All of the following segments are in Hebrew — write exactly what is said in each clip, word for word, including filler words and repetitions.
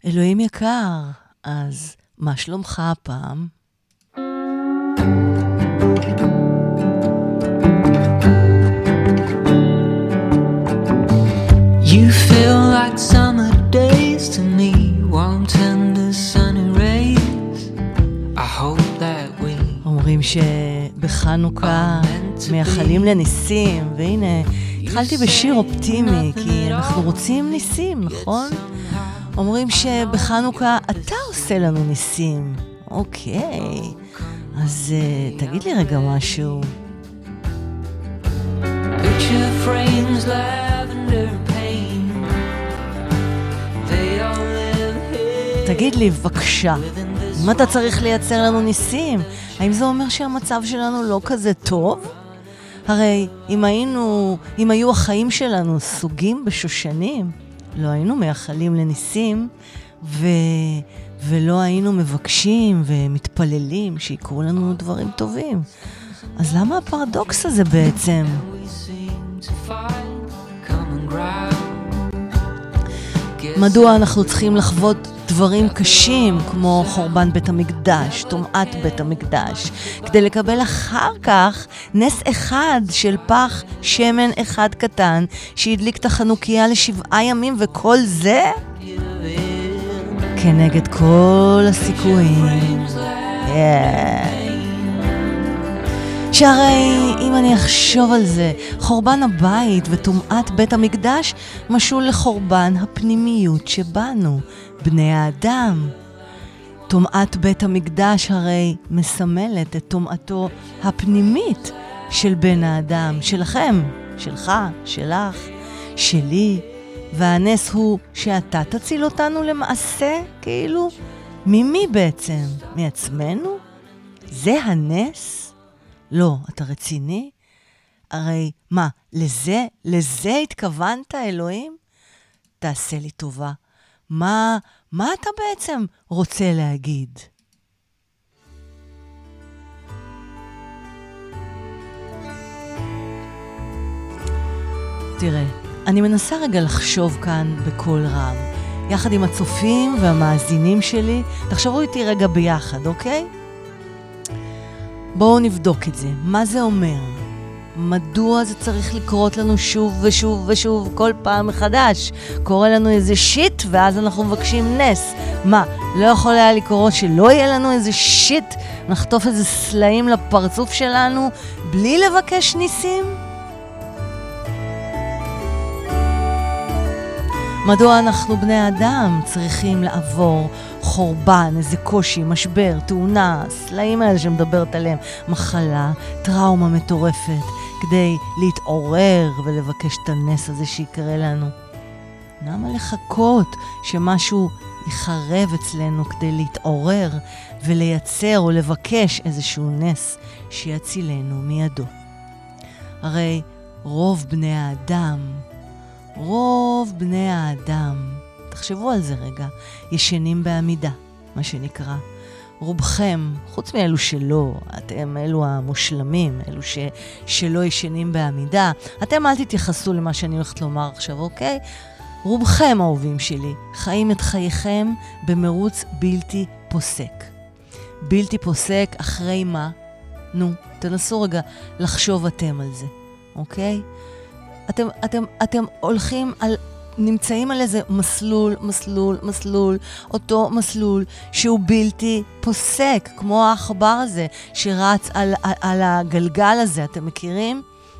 אלוהים יקר, אז מה שלומך הפעם? You feel like summer days to me, warm tender sunny rays. I hope that we אומרים שבחנוכה מייחלים לניסים, והנה התחלתי בשיר אופטימי, כי אנחנו רוצים ניסים, נכון? אומרים שבחנוכה אתה עושה לנו ניסים. אוקיי, אז uh, תגיד לי רגע משהו. picture frames lavender paint. They all live here. תגיד לי בבקשה, אם אתה צריך לייצר לנו ניסים, האם זה אומר שהמצב שלנו לא כזה טוב? הרי אם היינו, אם היו החיים שלנו סוגים בשושנים, לא היינו מייחלים לניסים, ו... ולא היינו מבקשים ומתפללים שיקרו לנו דברים טובים. אז למה הפרדוקס הזה בעצם? מדוע אנחנו צריכים לחוות דברים קשים כמו חורבן בית המקדש, טומאת בית המקדש, כדי לקבל אחר כך נס אחד של פח שמן אחד קטן שהדליק את החנוכיה לשבעה ימים, וכל זה כנגד כל הסיכויים. Yeah. שהרי אם אני אחשוב על זה, חורבן הבית וטומאת בית המקדש משול לחורבן הפנימיות שבנו, בני האדם. טומאת בית המקדש הרי מסמלת את טומאתו הפנימית של בן האדם, שלכם, שלך, שלך, שלי, והנס הוא שאתה תציל אותנו למעשה, כאילו, ממי בעצם? מעצמנו? זה הנס? לא, אתה רציני? הרי מה, לזה, לזה התכוונת אלוהים? תעשה לי טובה. מה, מה אתה בעצם רוצה להגיד? תראה, אני מנסה רגע לחשוב כאן בכל רם, יחד עם הצופים והמאזינים שלי. תחשבו איתי רגע ביחד, אוקיי? בואו נבדוק את זה. מה זה אומר? מדוע זה צריך לקרות לנו שוב ושוב ושוב כל פעם מחדש? קורה לנו איזה שיט ואז אנחנו מבקשים נס. מה, לא יכול היה לקרות שלא יהיה לנו איזה שיט, נחטוף איזה סלעים לפרצוף שלנו בלי לבקש ניסים? מדוע אנחנו בני אדם צריכים לעבור חורבן, איזה קושי, משבר, תאונה, סלעים האלה שמדברת עליהם, מחלה, טראומה מטורפת, כדי להתעורר ולבקש את הנס הזה שיקרה לנו? למה לחכות שמשהו יחרב אצלנו כדי להתעורר ולייצר או לבקש איזשהו נס שיצילנו מידו? הרי רוב בני האדם, רוב בני האדם, תחשבו על זה רגע, ישנים בעמידה, מה שנקרא. רובכם, חוץ מאלו שלא, אתם אלו המושלמים, אלו ש, שלא ישנים בעמידה, אתם אל תתייחסו למה שאני הולכת לומר עכשיו, אוקיי? רובכם, אהובים שלי, חיים את חייכם במרוץ בלתי פוסק. בלתי פוסק אחרי מה? נו, תנסו רגע לחשוב אתם על זה, אוקיי? אתם, אתם, אתם הולכים על, נמצאים על איזה מסלול, מסלול, מסלול, אותו מסלול שהוא בלתי פוסק, כמו האחבר הזה שרץ על, על, על הגלגל הזה, אתם מכירים?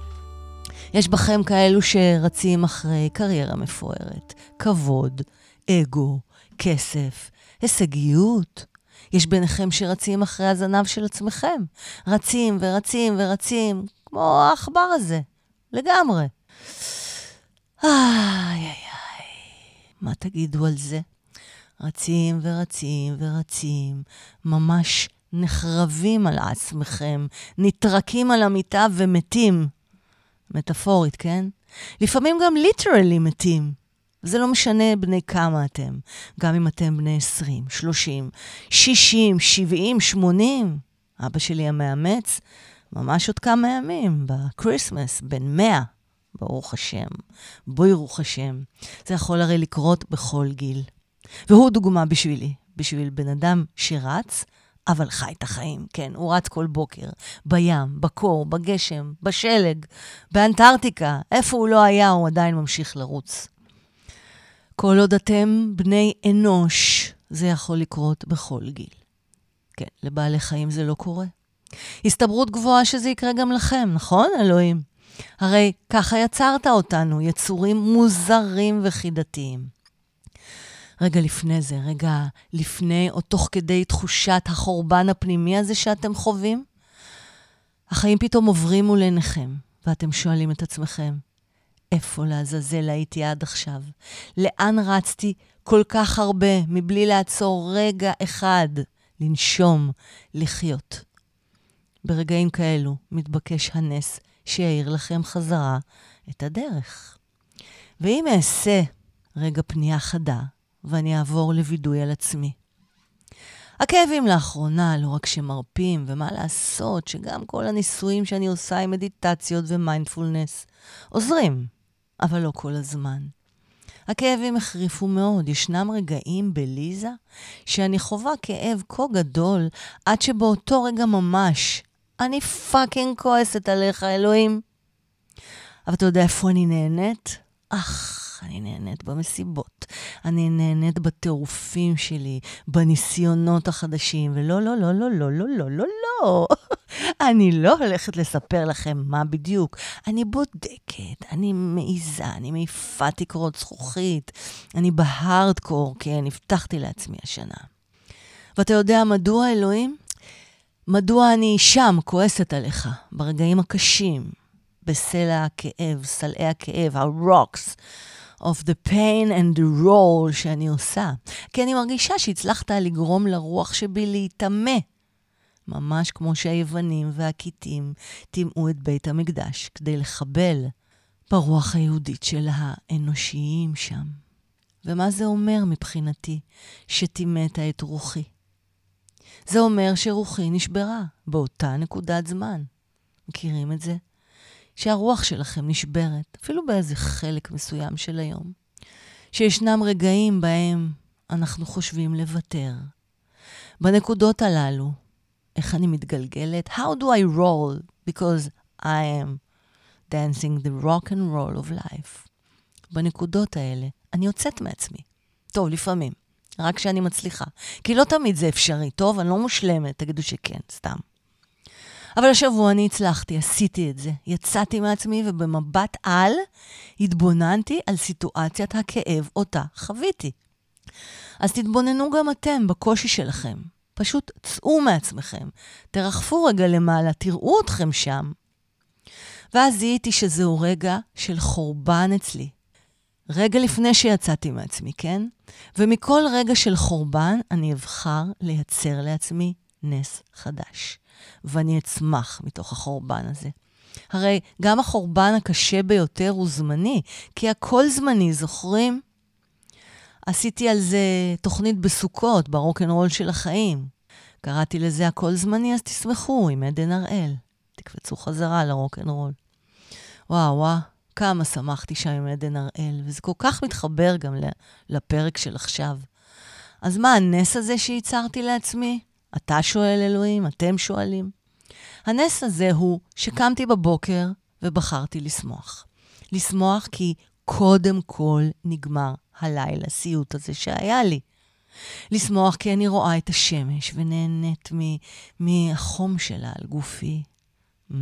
יש בכם כאלו שרצים אחרי קריירה מפוארת, כבוד, אגו, כסף, הישגיות. יש ביניכם שרצים אחרי הזנב של עצמכם, רצים ורצים ורצים, כמו האחבר הזה, לגמרי. איי, איי, איי. מה תגידו על זה? רצים ורצים ורצים, ממש נחרבים על עצמכם, נטרקים על המיטה ומתים. מטאפורית, כן? לפעמים גם ליטרלי מתים. זה לא משנה בני כמה אתם. גם אם אתם בני עשרים, שלושים, שישים, שבעים, שמונים. אבא שלי המאמץ, ממש עוד כמה ימים, בקריסמס, בן מאה. ברוך השם, בואי רוך השם. זה יכול הרי לקרות בכל גיל. והוא דוגמה בשבילי, בשביל בן אדם שרץ, אבל חי את החיים, כן, הוא רץ כל בוקר, בים, בקור, בגשם, בשלג, באנטארקטיקה, איפה הוא לא היה, הוא עדיין ממשיך לרוץ. כל עוד אתם בני אנוש, זה יכול לקרות בכל גיל. כן, לבעלי חיים זה לא קורה. הסתברות גבוהה שזה יקרה גם לכם, נכון, אלוהים? הרי ככה יצרת אותנו, יצורים מוזרים וחידתיים. רגע לפני זה, רגע לפני או תוך כדי תחושת החורבן הפנימי הזה שאתם חווים, החיים פתאום עוברים מול עיניכם, ואתם שואלים את עצמכם, איפה לעזאזל הייתי עד עכשיו? לאן רצתי כל כך הרבה מבלי לעצור רגע אחד, לנשום, לחיות? ברגעים כאלו מתבקש הנס שיעיר לכם חזרה את הדרך. ואם אעשה רגע פנייה חדה, ואני אעבור לוידוי על עצמי. הכאבים לאחרונה לא רק שמרפים, ומה לעשות שגם כל הניסויים שאני עושה עם מדיטציות ומיינדפולנס עוזרים, אבל לא כל הזמן. הכאבים החריפו מאוד, ישנם רגעים בליזה שאני חווה כאב כה גדול, עד שבאותו רגע ממש אני פאקינג כועסת עליך, אלוהים. אבל אתה יודע איפה אני נהנית? אך, אני נהנית במסיבות. אני נהנית בטירופים שלי, בניסיונות החדשים, ולא, לא, לא, לא, לא, לא, לא, לא, לא. אני לא הולכת לספר לכם מה בדיוק. אני בודקת, אני מעיזה, אני מעיפה תקרות זכוכית, אני בהארדקור, כן, הבטחתי לעצמי השנה. ואתה יודע מדוע, אלוהים? מדוע אני שם כועסת עליך, ברגעים הקשים, בסלע הכאב, סלעי הכאב, ה-rocks of the pain and the roll שאני עושה. כי אני מרגישה שהצלחת לגרום לרוח שבי להתאמה, ממש כמו שהיוונים והכיתים טימאו את בית המקדש, כדי לחבל ברוח היהודית של האנושיים שם. ומה זה אומר מבחינתי שטימאת את רוחי? זה אומר שרוחי נשברה באותה נקודת זמן. מכירים את זה? שהרוח שלכם נשברת, אפילו באיזה חלק מסוים של היום. שישנם רגעים בהם אנחנו חושבים לוותר. בנקודות הללו, איך אני מתגלגלת? How do I roll? Because I am dancing the rock and roll of life. בנקודות האלה, אני יוצאת מעצמי. טוב, לפעמים. רק שאני מצליחה. כי לא תמיד זה אפשרי. טוב, אני לא מושלמת. תגידו שכן, סתם. אבל השבוע אני הצלחתי, עשיתי את זה. יצאתי מעצמי ובמבט על התבוננתי על סיטואציית הכאב אותה חוויתי. אז תתבוננו גם אתם בקושי שלכם. פשוט צאו מעצמכם. תרחפו רגע למעלה, תראו אתכם שם. ואז זיהיתי שזהו רגע של חורבן אצלי. רגע לפני שיצאתי מעצמי, כן? ומכל רגע של חורבן אני אבחר לייצר לעצמי נס חדש. ואני אצמח מתוך החורבן הזה. הרי גם החורבן הקשה ביותר הוא זמני, כי הכל זמני, זוכרים? עשיתי על זה תוכנית בסוכות, ברוקנרול של החיים. קראתי לזה הכל זמני, אז תשמחו עם עדן הראל. תקפצו חזרה לרוקנרול. וואו, וואו. כמה שמחתי שם עם עדן הראל, וזה כל כך מתחבר גם לפרק של עכשיו. אז מה הנס הזה שייצרתי לעצמי? אתה שואל אלוהים, אתם שואלים. הנס הזה הוא שקמתי בבוקר ובחרתי לשמוח. לשמוח כי קודם כל נגמר הלילה, סיוט הזה שהיה לי. לשמוח כי אני רואה את השמש ונהנית מהחום שלה על גופי. Mm.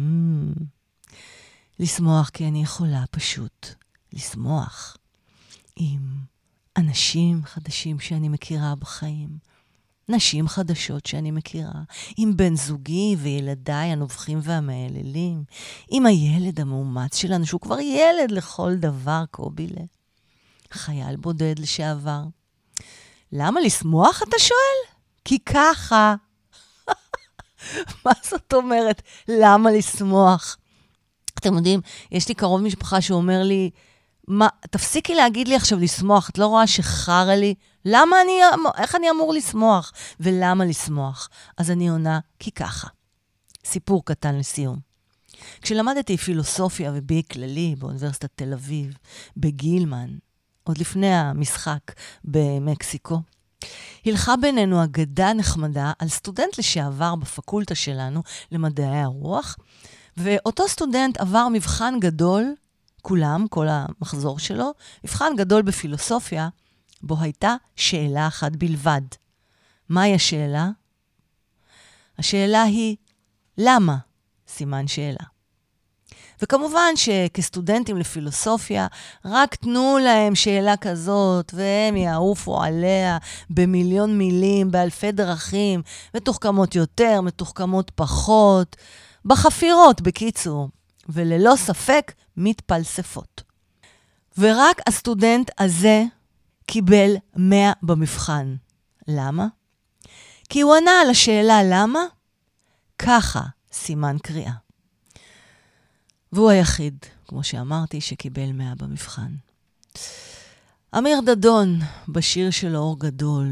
לשמוח כי אני יכולה פשוט לשמוח עם אנשים חדשים שאני מכירה בחיים, נשים חדשות שאני מכירה, עם בן זוגי וילדיי הנובחים והמעללים, עם הילד המאומץ שלנו, שהוא כבר ילד לכל דבר, קובילה. חייל בודד לשעבר. למה לשמוח, אתה שואל? כי ככה. מה זאת אומרת? למה לשמוח? אתם יודעים, יש לי קרוב משפחה שאומר לי, מה, תפסיקי להגיד לי עכשיו לשמוח, את לא רואה שחרה לי? למה אני, איך אני אמור לשמוח? ולמה לשמוח? אז אני עונה, כי ככה. סיפור קטן לסיום. כשלמדתי פילוסופיה ובי כללי באוניברסיטת תל אביב, בגילמן, עוד לפני המשחק במקסיקו, הלכה בינינו אגדה נחמדה על סטודנט לשעבר בפקולטה שלנו למדעי הרוח, ואותו סטודנט עבר מבחן גדול, כולם, כל המחזור שלו, מבחן גדול בפילוסופיה, בו הייתה שאלה אחת בלבד. מהי השאלה? השאלה היא, למה? סימן שאלה. וכמובן שכסטודנטים לפילוסופיה, רק תנו להם שאלה כזאת, והם יעופו עליה במיליון מילים, באלפי דרכים, מתוחכמות יותר, מתוחכמות פחות, בחפירות בקיצור, וללא ספק מתפלספות. ורק הסטודנט הזה קיבל מאה במבחן. למה? כי הוא ענה על השאלה למה? ככה סימן קריאה. והוא היחיד, כמו שאמרתי, שקיבל מאה במבחן. אמיר דדון, בשיר שלו אור גדול.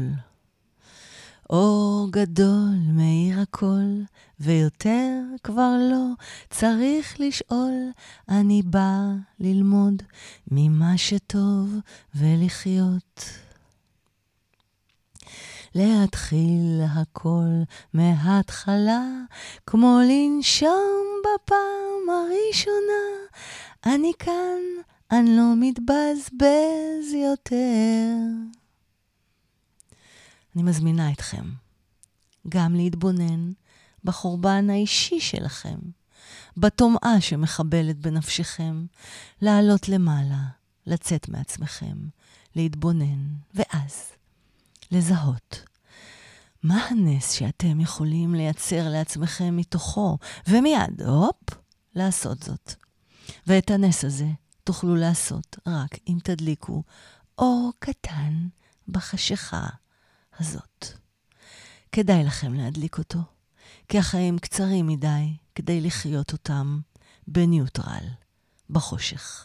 אור גדול מאיר הכל, ויותר כבר לא צריך לשאול. אני בא ללמוד ממה שטוב ולחיות. להתחיל הכל מההתחלה, כמו לנשום בפעם הראשונה. אני כאן, אני לא מתבזבז יותר. אני מזמינה אתכם גם להתבונן בחורבן האישי שלכם, בתומעה שמחבלת בנפשכם, לעלות למעלה, לצאת מעצמכם, להתבונן, ואז לזהות מה הנס שאתם יכולים לייצר לעצמכם מתוכו, ומיד, הופ, לעשות זאת. ואת הנס הזה תוכלו לעשות רק אם תדליקו אור קטן בחשיכה הזאת. כדאי לכם להדליק אותו, כי החיים קצרים מדי כדי לחיות אותם בניוטרל, בחושך.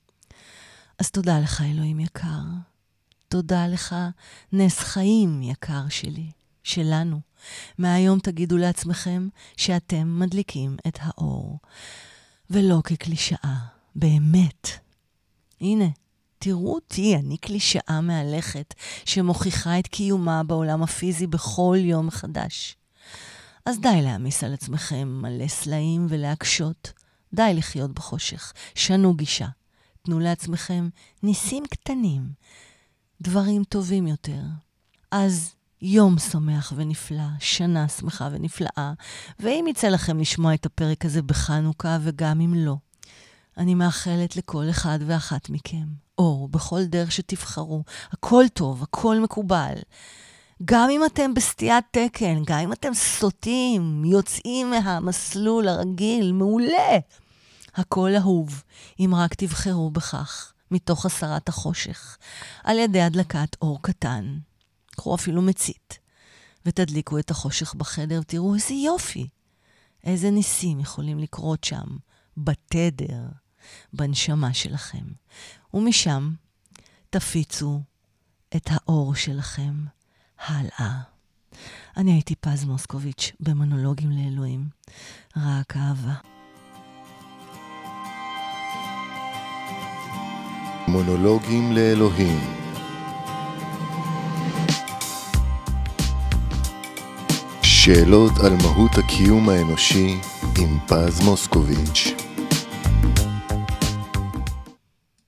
אז תודה לך אלוהים יקר, תודה לך נס חיים יקר שלי, שלנו. מהיום תגידו לעצמכם שאתם מדליקים את האור, ולא כקלישאה, באמת. הנה, תראו אותי, אני קלישאה מהלכת שמוכיחה את קיומה בעולם הפיזי בכל יום מחדש. אז די להעמיס על עצמכם מלא סלעים ולהקשות. די לחיות בחושך, שנו גישה. תנו לעצמכם ניסים קטנים, דברים טובים יותר. אז יום שמח ונפלא, שנה שמחה ונפלאה, ואם יצא לכם לשמוע את הפרק הזה בחנוכה וגם אם לא, אני מאחלת לכל אחד ואחת מכם אור בכל דרך שתבחרו. הכל טוב, הכל מקובל. גם אם אתם בסטיית תקן, גם אם אתם סוטים, יוצאים מהמסלול הרגיל, מעולה. הכל אהוב, אם רק תבחרו בכך, מתוך הסרת החושך, על ידי הדלקת אור קטן. קחו אפילו מצית, ותדליקו את החושך בחדר, ותראו איזה יופי. איזה ניסים יכולים לקרות שם, בתדר, בנשמה שלכם. ומשם תפיצו את האור שלכם הלאה. אני הייתי פז מוסקוביץ' במונולוגים לאלוהים. רק אהבה. מונולוגים לאלוהים. שאלות על מהות הקיום האנושי עם פז מוסקוביץ'.